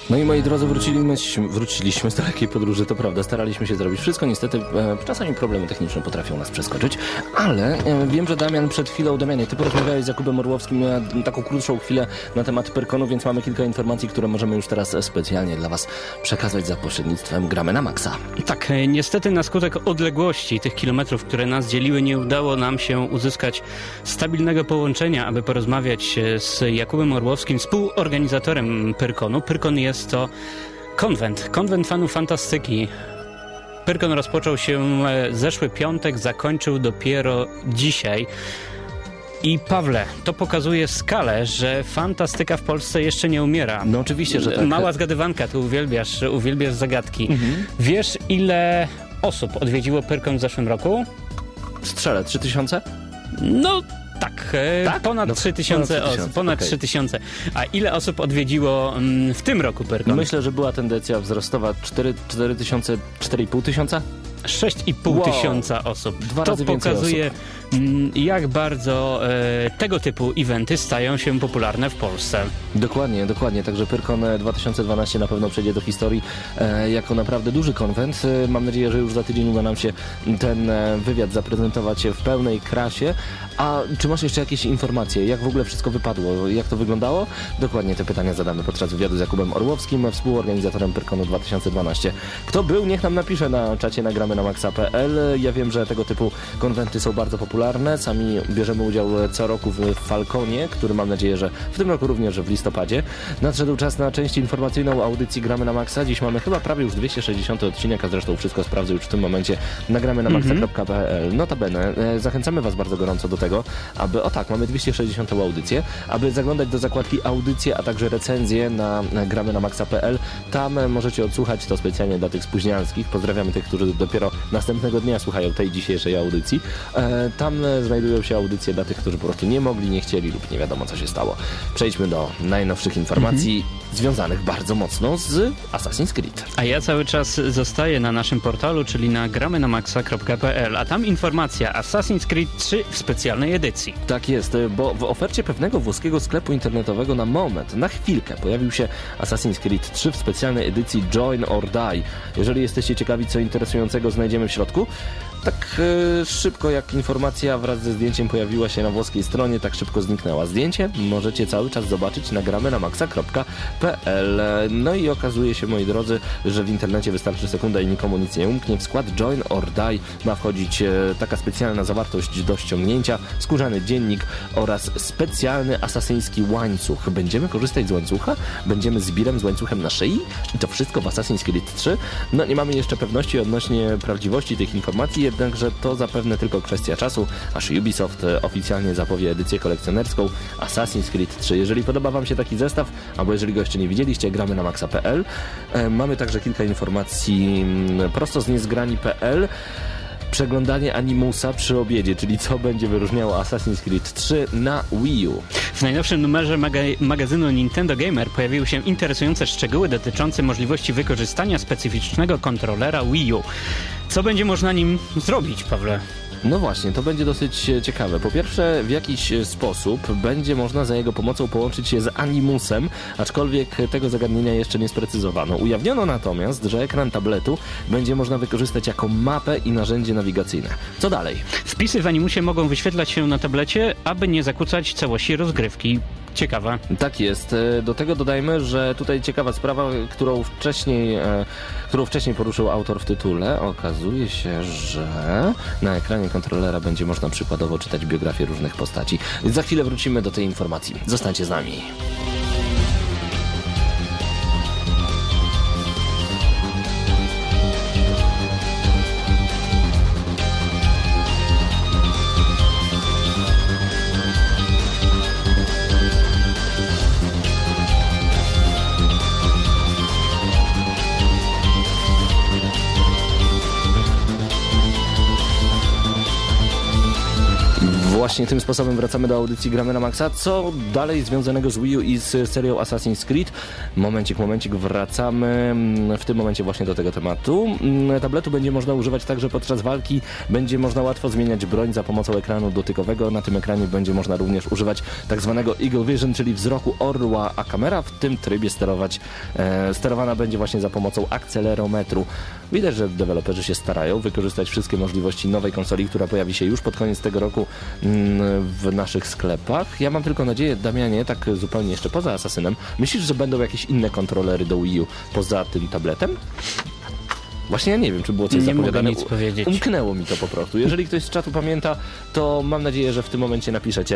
No i moi drodzy, wróciliśmy z dalekiej podróży, to prawda, staraliśmy się zrobić wszystko, niestety czasami problemy techniczne potrafią nas przeskoczyć, ale wiem, że Damianie, ty porozmawiałeś z Jakubem Orłowskim taką krótszą chwilę na temat Pyrkonu, więc mamy kilka informacji, które możemy już teraz specjalnie dla Was przekazać za pośrednictwem Gramy na Maxa. Tak, niestety na skutek odległości tych kilometrów, które nas dzieliły, nie udało nam się uzyskać stabilnego połączenia, aby porozmawiać z Jakubem Orłowskim, współorganizatorem Pyrkonu. Pyrkon jest to konwent fanów fantastyki. Pyrkon rozpoczął się zeszły piątek, zakończył dopiero dzisiaj. I Pawle, to pokazuje skalę, że fantastyka w Polsce jeszcze nie umiera. No oczywiście, że tak. Mała zgadywanka, ty uwielbiasz zagadki. Wiesz, ile osób odwiedziło Pyrkon w zeszłym roku? Strzelę, 3000? No tak, ponad 3000 osób, ponad okay. 3000. A ile osób odwiedziło w tym roku Pyrkon? Myślę, że była tendencja wzrostowa 4000, 4,5 tysiąca? 6,5 tysiąca osób. Dwa to razy więcej pokazuje, osób. Jak bardzo tego typu eventy stają się popularne w Polsce. Dokładnie. Także Pyrkon 2012 na pewno przejdzie do historii jako naprawdę duży konwent. Mam nadzieję, że już za tydzień uda nam się ten wywiad zaprezentować w pełnej krasie. A czy masz jeszcze jakieś informacje? Jak w ogóle wszystko wypadło? Jak to wyglądało? Dokładnie te pytania zadamy podczas wywiadu z Jakubem Orłowskim, współorganizatorem Pyrkonu 2012. Kto był? Niech nam napisze na czacie nagramy na maxa.pl. Ja wiem, że tego typu konwenty są bardzo popularne. Sami bierzemy udział co roku w Falconie, który mam nadzieję, że w tym roku również w listopadzie. Nadszedł czas na część informacyjną audycji Gramy na Maxa. Dziś mamy chyba prawie już 260 odcinek, a zresztą wszystko sprawdzę już w tym momencie. Nagramy na maxa.pl. Notabene, zachęcamy Was bardzo gorąco do tego, aby, mamy 260 audycję, aby zaglądać do zakładki audycje, a także recenzje na gramy na maxa.pl. Tam możecie odsłuchać to specjalnie dla tych spóźnialskich. Pozdrawiamy tych, którzy dopiero następnego dnia słuchają tej dzisiejszej audycji. Tam znajdują się audycje dla tych, którzy po prostu nie mogli, nie chcieli lub nie wiadomo co się stało. Przejdźmy do najnowszych informacji związanych bardzo mocno z Assassin's Creed. A ja cały czas zostaję na naszym portalu, czyli na gramynamaxa.pl, a tam informacja Assassin's Creed 3 w specjalnej edycji. Tak jest, bo w ofercie pewnego włoskiego sklepu internetowego na chwilkę pojawił się Assassin's Creed 3 w specjalnej edycji Join or Die. Jeżeli jesteście ciekawi, co interesującego znajdziemy w środku, tak szybko jak informacja wraz ze zdjęciem pojawiła się na włoskiej stronie, tak szybko zniknęła. Zdjęcie możecie cały czas zobaczyć na gramynamaxa.pl. No i okazuje się, moi drodzy, że w internecie wystarczy sekunda i nikomu nic nie umknie. W skład Join or Die ma wchodzić taka specjalna zawartość do ściągnięcia, skórzany dziennik oraz specjalny asasyński łańcuch. Będziemy korzystać z łańcucha, będziemy zbirem z łańcuchem na szyi i to wszystko w Assassin's Creed 3. No nie mamy jeszcze pewności odnośnie prawdziwości tych informacji, jednakże to zapewne tylko kwestia czasu, aż Ubisoft oficjalnie zapowie edycję kolekcjonerską Assassin's Creed 3. Jeżeli podoba Wam się taki zestaw, albo jeżeli go jeszcze nie widzieliście, gramy na maxa.pl. Mamy także kilka informacji prosto z niezgrani.pl. Przeglądanie Animusa przy obiedzie, czyli co będzie wyróżniało Assassin's Creed 3 na Wii U. W najnowszym numerze magazynu Nintendo Gamer pojawiły się interesujące szczegóły dotyczące możliwości wykorzystania specyficznego kontrolera Wii U. Co będzie można nim zrobić, Pawle? No właśnie, to będzie dosyć ciekawe. Po pierwsze, w jakiś sposób będzie można za jego pomocą połączyć się z Animusem, aczkolwiek tego zagadnienia jeszcze nie sprecyzowano. Ujawniono natomiast, że ekran tabletu będzie można wykorzystać jako mapę i narzędzie nawigacyjne. Co dalej? Wpisy w Animusie mogą wyświetlać się na tablecie, aby nie zakłócać całości rozgrywki. Ciekawe. Tak jest. Do tego dodajmy, że tutaj ciekawa sprawa, którą wcześniej poruszył autor w tytule. Okazuje się, że na ekranie kontrolera będzie można przykładowo czytać biografię różnych postaci. Za chwilę wrócimy do tej informacji. Zostańcie z nami. Właśnie tym sposobem wracamy do audycji Gramy na Maxa. Co dalej związanego z Wii U i z serią Assassin's Creed? Momencik, wracamy w tym momencie właśnie do tego tematu. Tabletu będzie można używać także podczas walki. Będzie można łatwo zmieniać broń za pomocą ekranu dotykowego. Na tym ekranie będzie można również używać tak zwanego Eagle Vision, czyli wzroku orła, a kamera w tym trybie sterowana będzie właśnie za pomocą akcelerometru. Widać, że deweloperzy się starają wykorzystać wszystkie możliwości nowej konsoli, która pojawi się już pod koniec tego roku w naszych sklepach. Ja mam tylko nadzieję, Damianie, tak zupełnie jeszcze poza Asasynem, myślisz, że będą jakieś inne kontrolery do Wii U poza tym tabletem? Właśnie ja nie wiem, czy było coś zapowiadane. Nie mogę nic powiedzieć. Umknęło mi to po prostu. Jeżeli ktoś z czatu pamięta, to mam nadzieję, że w tym momencie napiszecie.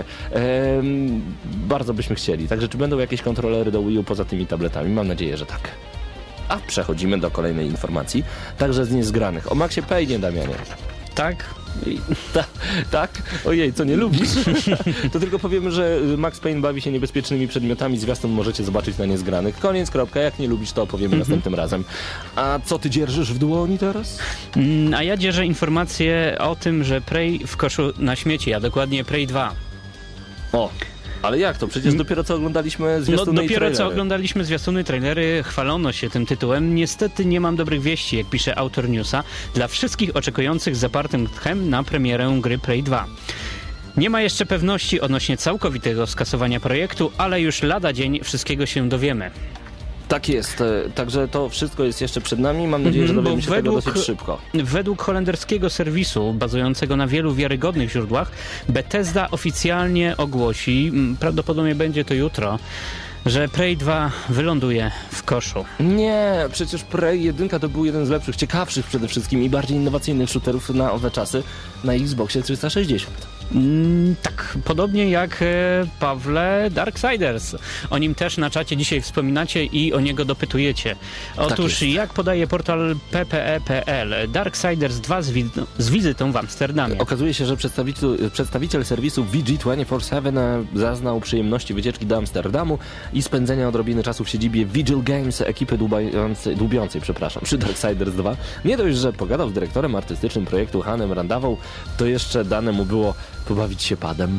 Bardzo byśmy chcieli. Także czy będą jakieś kontrolery do Wii U poza tymi tabletami? Mam nadzieję, że tak. A przechodzimy do kolejnej informacji, także z niezgranych. O Maxie Payne, Damianie. Tak? Tak? Ojej, co nie lubisz? To tylko powiemy, że Max Payne bawi się niebezpiecznymi przedmiotami. Zwiastun możecie zobaczyć na niezgranych. Koniec, kropka. Jak nie lubisz, to opowiemy następnym razem. A co ty dzierżysz w dłoni teraz? A ja dzierżę informację o tym, że Prey w koszu na śmieci, a dokładnie Prey 2. O! Ale jak to? Przecież dopiero co oglądaliśmy zwiastuny i trailery. Co oglądaliśmy zwiastuny, trailery, chwalono się tym tytułem. Niestety nie mam dobrych wieści, jak pisze autor newsa, dla wszystkich oczekujących z zapartym tchem na premierę gry Prey 2. Nie ma jeszcze pewności odnośnie całkowitego skasowania projektu, ale już lada dzień wszystkiego się dowiemy. Tak jest, także to wszystko jest jeszcze przed nami. Mam nadzieję, że dowiemy się tego dosyć szybko. Według holenderskiego serwisu, bazującego na wielu wiarygodnych źródłach, Bethesda oficjalnie ogłosi, prawdopodobnie będzie to jutro, że Prey 2 wyląduje w koszu. Nie, przecież Prey 1 to był jeden z lepszych, ciekawszych przede wszystkim i bardziej innowacyjnych shooterów na owe czasy na Xboxie 360. Tak, podobnie jak Pawle Darksiders. O nim też na czacie dzisiaj wspominacie i o niego dopytujecie. Otóż tak jak podaje portal PPE.pl, Darksiders 2 z wizytą w Amsterdamie. Okazuje się, że przedstawiciel serwisu VG247 zaznał przyjemności wycieczki do Amsterdamu i spędzenia odrobiny czasu w siedzibie Vigil Games, ekipy dłubiącej przy Darksiders 2. Nie dość, że pogadał z dyrektorem artystycznym projektu Hanem Randawą, to jeszcze dane mu było pobawić się padem.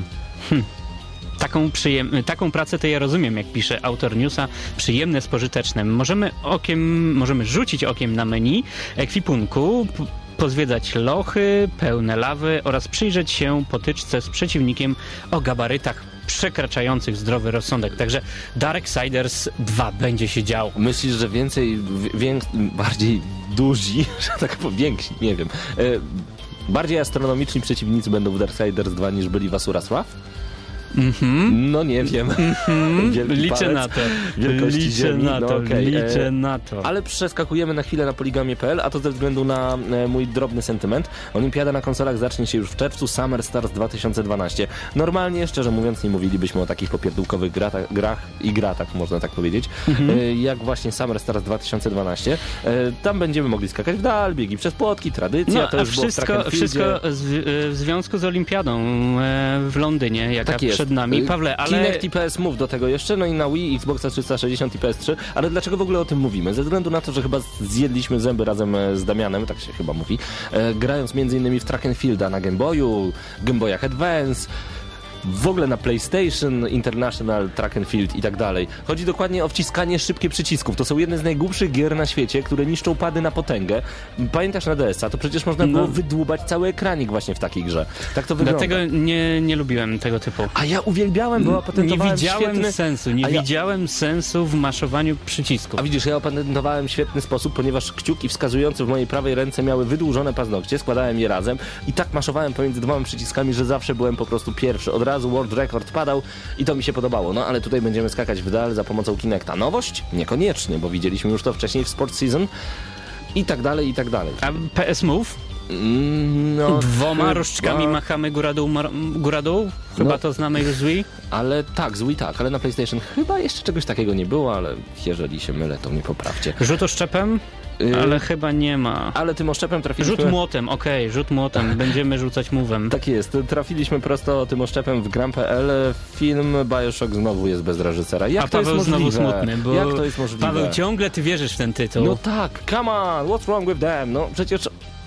Taką pracę to ja rozumiem, jak pisze autor newsa, przyjemne z pożytecznym. Możemy rzucić okiem na menu ekwipunku, pozwiedzać lochy pełne lawy oraz przyjrzeć się potyczce z przeciwnikiem o gabarytach przekraczających zdrowy rozsądek. Także Darksiders 2 będzie się działo. Myślisz, że bardziej duzi, że tak powiem, więksi, nie wiem, bardziej astronomiczni przeciwnicy będą w Darksiders 2 niż byli w Asura's Wrath? No nie wiem. Liczę na to. Liczę na to. Ale przeskakujemy na chwilę na poligamie.pl, a to ze względu na mój drobny sentyment. Olimpiada na konsolach zacznie się już w czerwcu, Summer Stars 2012. Normalnie, szczerze mówiąc, nie mówilibyśmy o takich popierdółkowych grach, można tak powiedzieć, jak właśnie Summer Stars 2012. Tam będziemy mogli skakać w dal, biegi przez płotki, tradycja, no, to już wszystko w związku z Olimpiadą w Londynie, jaka tak jest. Przed nami. Pawle, ale... Kinect i PS Move do tego jeszcze, no i na Wii, Xboxa 360 i PS3. Ale dlaczego w ogóle o tym mówimy? Ze względu na to, że chyba zjedliśmy zęby razem z Damianem, tak się chyba mówi, grając m.in. w Track and Fielda na Game Boyu, Game Boyach Advance, w ogóle na PlayStation, International, Track and Field i tak dalej. Chodzi dokładnie o wciskanie szybkie przycisków. To są jedne z najgłupszych gier na świecie, które niszczą pady na potęgę. Pamiętasz na DS-a? To przecież można było wydłubać cały ekranik właśnie w takiej grze. Tak to wygląda. Dlatego nie lubiłem tego typu. A ja uwielbiałem, bo opatentowałem Nie widziałem sensu w maszowaniu przycisków. A widzisz, ja opatentowałem świetny sposób, ponieważ kciuki wskazujące w mojej prawej ręce miały wydłużone paznokcie, składałem je razem i tak maszowałem pomiędzy dwoma przyciskami, że zawsze byłem po prostu pierwszy. Od razu world record padał i to mi się podobało. No ale tutaj będziemy skakać w dal za pomocą Kinecta. Nowość? Niekoniecznie, bo widzieliśmy już to wcześniej w Sport Season i tak dalej, i tak dalej. A PS Move? No, dwoma różdżkami machamy góra-dół? Chyba to znamy już z Wii? Ale tak, z Wii tak, ale na PlayStation chyba jeszcze czegoś takiego nie było, ale jeżeli się mylę, to mnie poprawcie. Rzut oszczepem? Ale chyba nie ma. Ale tym oszczepem trafiliśmy... Rzut młotem, rzut młotem. Będziemy rzucać move'em. Tak jest. Trafiliśmy prosto tym oszczepem w gram.pl. Film Bioshock znowu jest bez reżysera. Jak a Paweł to jest możliwe? znowu smutny, bo jak to jest możliwe? Paweł, ciągle ty wierzysz w ten tytuł. No tak, come on, what's wrong with them? No przecież...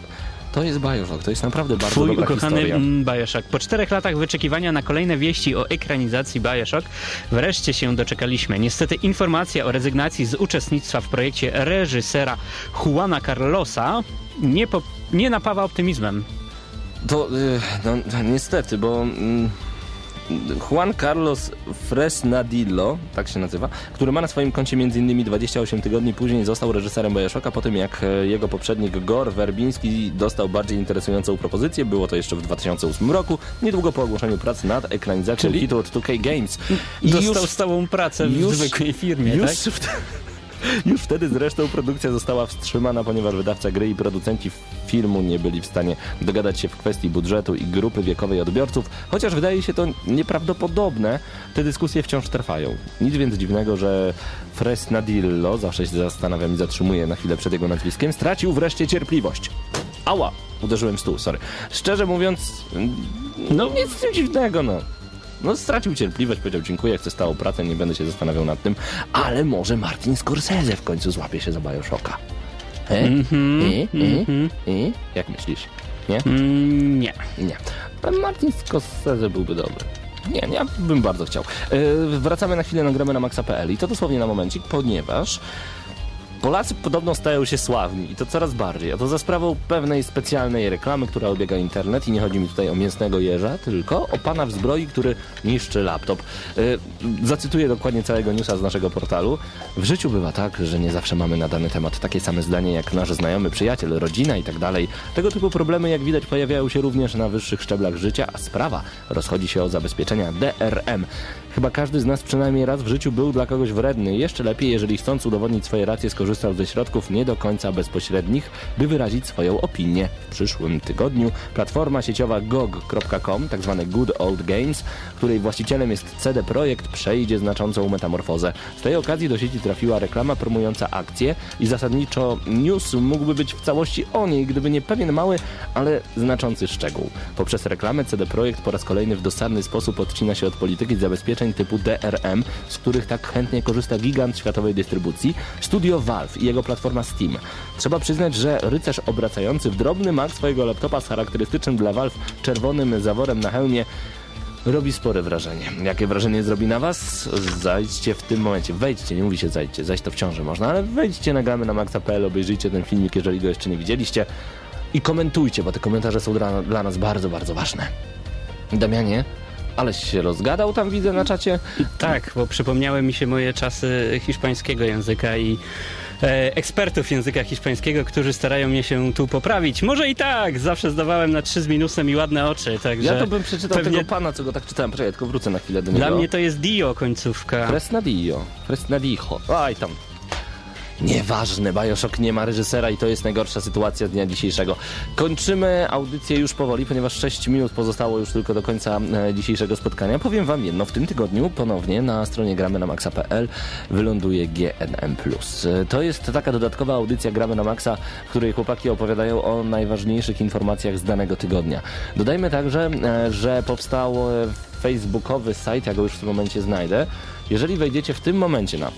To jest Bioshock, to jest naprawdę bardzo Twój dobra ukochany historia. Bioshock. Po 4 latach wyczekiwania na kolejne wieści o ekranizacji Bioshock wreszcie się doczekaliśmy. Niestety informacja o rezygnacji z uczestnictwa w projekcie reżysera Juana Carlosa nie napawa optymizmem. To, no niestety, bo Juan Carlos Fresnadillo, tak się nazywa, który ma na swoim koncie m.in. 28 tygodni później został reżyserem Bioshocka po tym, jak jego poprzednik Gore Verbinski dostał bardziej interesującą propozycję. Było to jeszcze w 2008 roku, niedługo po ogłoszeniu prac nad ekranizacją hitu od 2K Games. I dostał stałą pracę w zwykłej firmie, tak? Już wtedy zresztą produkcja została wstrzymana, ponieważ wydawca gry i producenci filmu nie byli w stanie dogadać się w kwestii budżetu i grupy wiekowej odbiorców, chociaż wydaje się to nieprawdopodobne, te dyskusje wciąż trwają. Nic więc dziwnego, że Fresnadillo, zawsze się zastanawiam i zatrzymuję na chwilę przed jego nazwiskiem, stracił wreszcie cierpliwość. Ała! Uderzyłem w stół, sorry. Szczerze mówiąc, no nic z tym dziwnego, no. No stracił cierpliwość, powiedział dziękuję, chcę stałą pracę, nie będę się zastanawiał nad tym, ale może Martin Scorsese w końcu złapie się za Bioshocka. Jak myślisz? Nie? Nie. Nie. Martin Scorsese byłby dobry. Nie, ja bym bardzo chciał. Wracamy na chwilę, nagramy na maxa.pl i to dosłownie na momencik, ponieważ Polacy podobno stają się sławni i to coraz bardziej, a to za sprawą pewnej specjalnej reklamy, która obiega internet i nie chodzi mi tutaj o mięsnego jeża, tylko o pana w zbroi, który niszczy laptop. Zacytuję dokładnie całego newsa z naszego portalu. W życiu bywa tak, że nie zawsze mamy na dany temat takie same zdanie jak nasz znajomy, przyjaciel, rodzina i tak dalej. Tego typu problemy, jak widać, pojawiają się również na wyższych szczeblach życia, a sprawa rozchodzi się o zabezpieczenia DRM. Chyba każdy z nas przynajmniej raz w życiu był dla kogoś wredny. Jeszcze lepiej, jeżeli chcąc udowodnić swoje racje, skorzystał ze środków nie do końca bezpośrednich, by wyrazić swoją opinię. W przyszłym tygodniu platforma sieciowa GOG.com, tzw. Good Old Games, której właścicielem jest CD Projekt, przejdzie znaczącą metamorfozę. Z tej okazji do sieci trafiła reklama promująca akcję i zasadniczo news mógłby być w całości o niej, gdyby nie pewien mały, ale znaczący szczegół. Poprzez reklamę CD Projekt po raz kolejny w dosadny sposób odcina się od polityki zabezpieczeń typu DRM, z których tak chętnie korzysta gigant światowej dystrybucji, studio Valve i jego platforma Steam. Trzeba przyznać, że rycerz obracający w drobny mak swojego laptopa z charakterystycznym dla Valve czerwonym zaworem na hełmie robi spore wrażenie. Jakie wrażenie zrobi na was? Zajdźcie w tym momencie. Wejdźcie, nie mówi się zajdźcie, zajść to w ciąży można, ale wejdźcie, nagramy na maxa.pl, obejrzyjcie ten filmik, jeżeli go jeszcze nie widzieliście i komentujcie, bo te komentarze są dla nas bardzo, bardzo ważne. Damianie, aleś się rozgadał tam, widzę na czacie. Tak, bo przypomniały mi się moje czasy hiszpańskiego języka i ekspertów języka hiszpańskiego, którzy starają mnie się tu poprawić. Może i tak, zawsze zdawałem na 3 z minusem i ładne oczy, także... Ja to bym przeczytał pewnie tego pana, co go tak czytałem. Poczekaj, tylko wrócę na chwilę do niego. Dla mnie to jest Dio końcówka. Fresnadijo. Aj tam. Nieważne, Bioshock nie ma reżysera i to jest najgorsza sytuacja z dnia dzisiejszego. Kończymy audycję już powoli, ponieważ 6 minut pozostało już tylko do końca dzisiejszego spotkania. Powiem wam jedno, w tym tygodniu ponownie na stronie gramy na maxa.pl wyląduje GNM+. To jest taka dodatkowa audycja Gramy na Maxa, w której chłopaki opowiadają o najważniejszych informacjach z danego tygodnia. Dodajmy także, że powstał facebookowy site, ja go już w tym momencie znajdę. Jeżeli wejdziecie w tym momencie na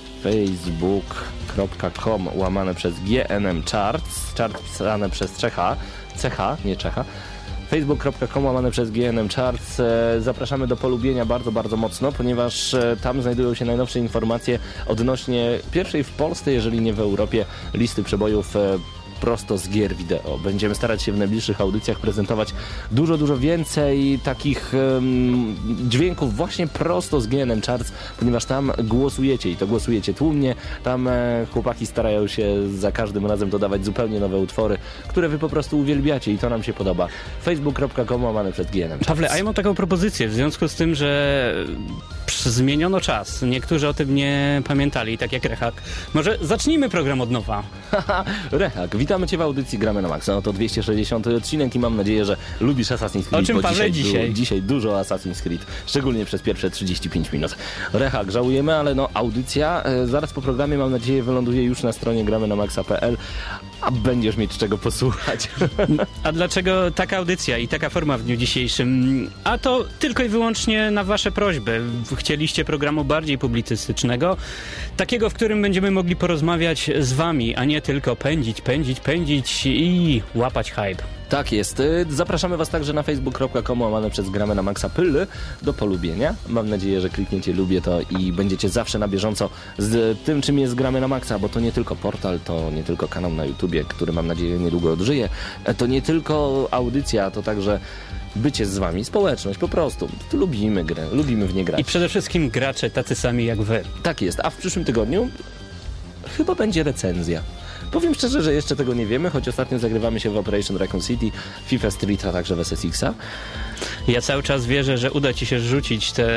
facebook.com łamane przez GNM Charts, chart pisane przez CH, nie Czecha, facebook.com łamane przez GNM Charts. Zapraszamy do polubienia bardzo, bardzo mocno, ponieważ tam znajdują się najnowsze informacje odnośnie pierwszej w Polsce, jeżeli nie w Europie, listy przebojów prosto z gier wideo. Będziemy starać się w najbliższych audycjach prezentować dużo, dużo więcej takich dźwięków właśnie prosto z GNM Charts, ponieważ tam głosujecie i to głosujecie tłumnie. Tam chłopaki starają się za każdym razem dodawać zupełnie nowe utwory, które wy po prostu uwielbiacie i to nam się podoba. facebook.com łamane przez GNM Charts. Pawle, a ja mam taką propozycję, w związku z tym, że zmieniono czas. Niektórzy o tym nie pamiętali, tak jak Rehak. Może zacznijmy program od nowa. Rehak, witamy cię w audycji Gramy na Maxa. No to 260 odcinek i mam nadzieję, że lubisz Assassin's Creed. O czym, Pawle, dzisiaj? Dzisiaj dużo Assassin's Creed, szczególnie przez pierwsze 35 minut. Rehak, żałujemy, ale no audycja zaraz po programie, mam nadzieję, wyląduje już na stronie gramy na maxa.pl, a będziesz mieć czego posłuchać. A dlaczego taka audycja i taka forma w dniu dzisiejszym? A to tylko i wyłącznie na wasze prośby. Chcieliście programu bardziej publicystycznego, takiego, w którym będziemy mogli porozmawiać z wami, a nie tylko pędzić i łapać hype. Tak jest. Zapraszamy Was także na facebook.com przez Gramy na Maxa Pyl do polubienia. Mam nadzieję, że klikniecie lubię to i będziecie zawsze na bieżąco z tym, czym jest Gramy na Maxa, bo to nie tylko portal, to nie tylko kanał na YouTubie, który mam nadzieję niedługo odżyje, to nie tylko audycja, to także bycie z Wami, społeczność, po prostu. Lubimy grę, lubimy w nie grać. I przede wszystkim gracze tacy sami jak Wy. Tak jest, a w przyszłym tygodniu chyba będzie recenzja. Powiem szczerze, że jeszcze tego nie wiemy, choć ostatnio zagrywamy się w Operation Raccoon City, FIFA Street, a także w SSX-a. Ja cały czas wierzę, że uda Ci się rzucić te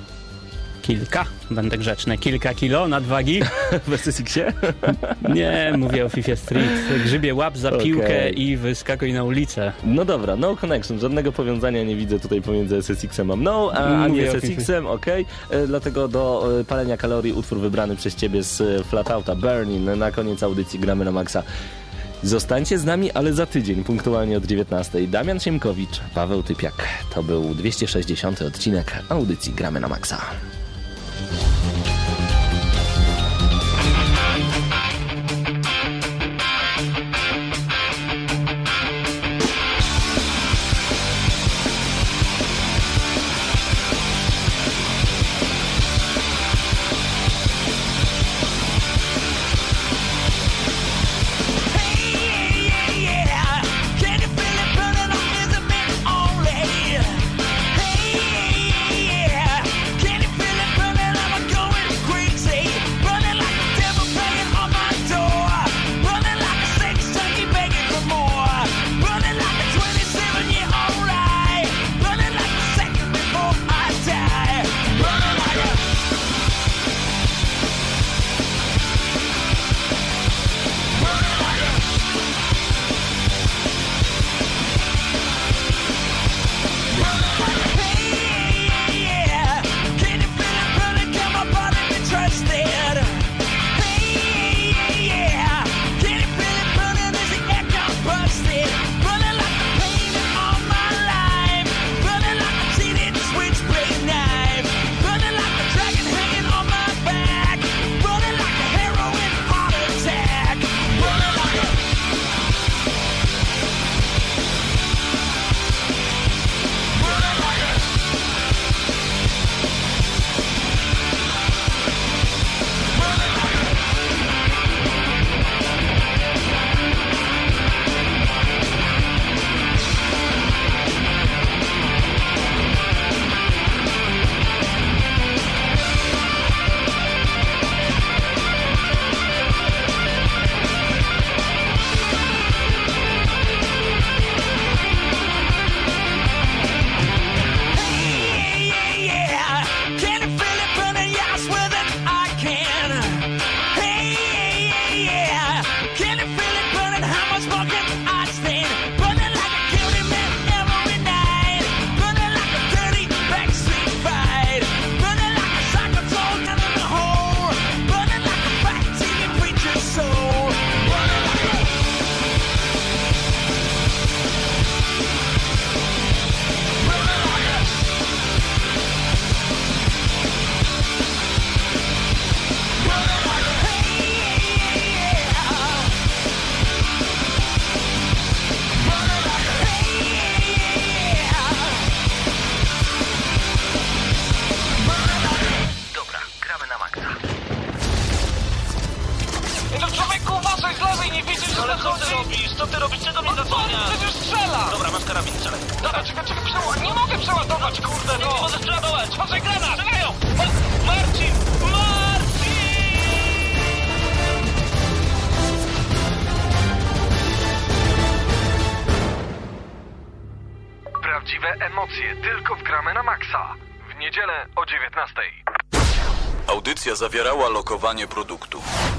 kilka kilo nadwagi. W SSX-ie? Nie, mówię o FIFA Street. Grzybie łap za piłkę i wyskakuj na ulicę. No dobra, no connection, żadnego powiązania nie widzę tutaj pomiędzy SSX-em a nie SSX-em, okej. Dlatego do palenia kalorii utwór wybrany przez Ciebie z Flatouta, Burning, na koniec audycji Gramy na Maxa. Zostańcie z nami, ale za tydzień, punktualnie od 19:00. Damian Siemkowicz, Paweł Typiak. To był 260. odcinek audycji Gramy na Maxa. Co ty robisz? Czego mnie zasłaniasz? Przecież strzela! Dobra, masz karabin, strzelaj. Dobra, czekaj, nie mogę przeładować, kurde, Nie no! możesz przeładować! Patrzaj, granat! Strzelają! Marcin! Prawdziwe emocje tylko w Gramy na Maxa. W niedzielę o 19:00. Audycja zawierała lokowanie produktu.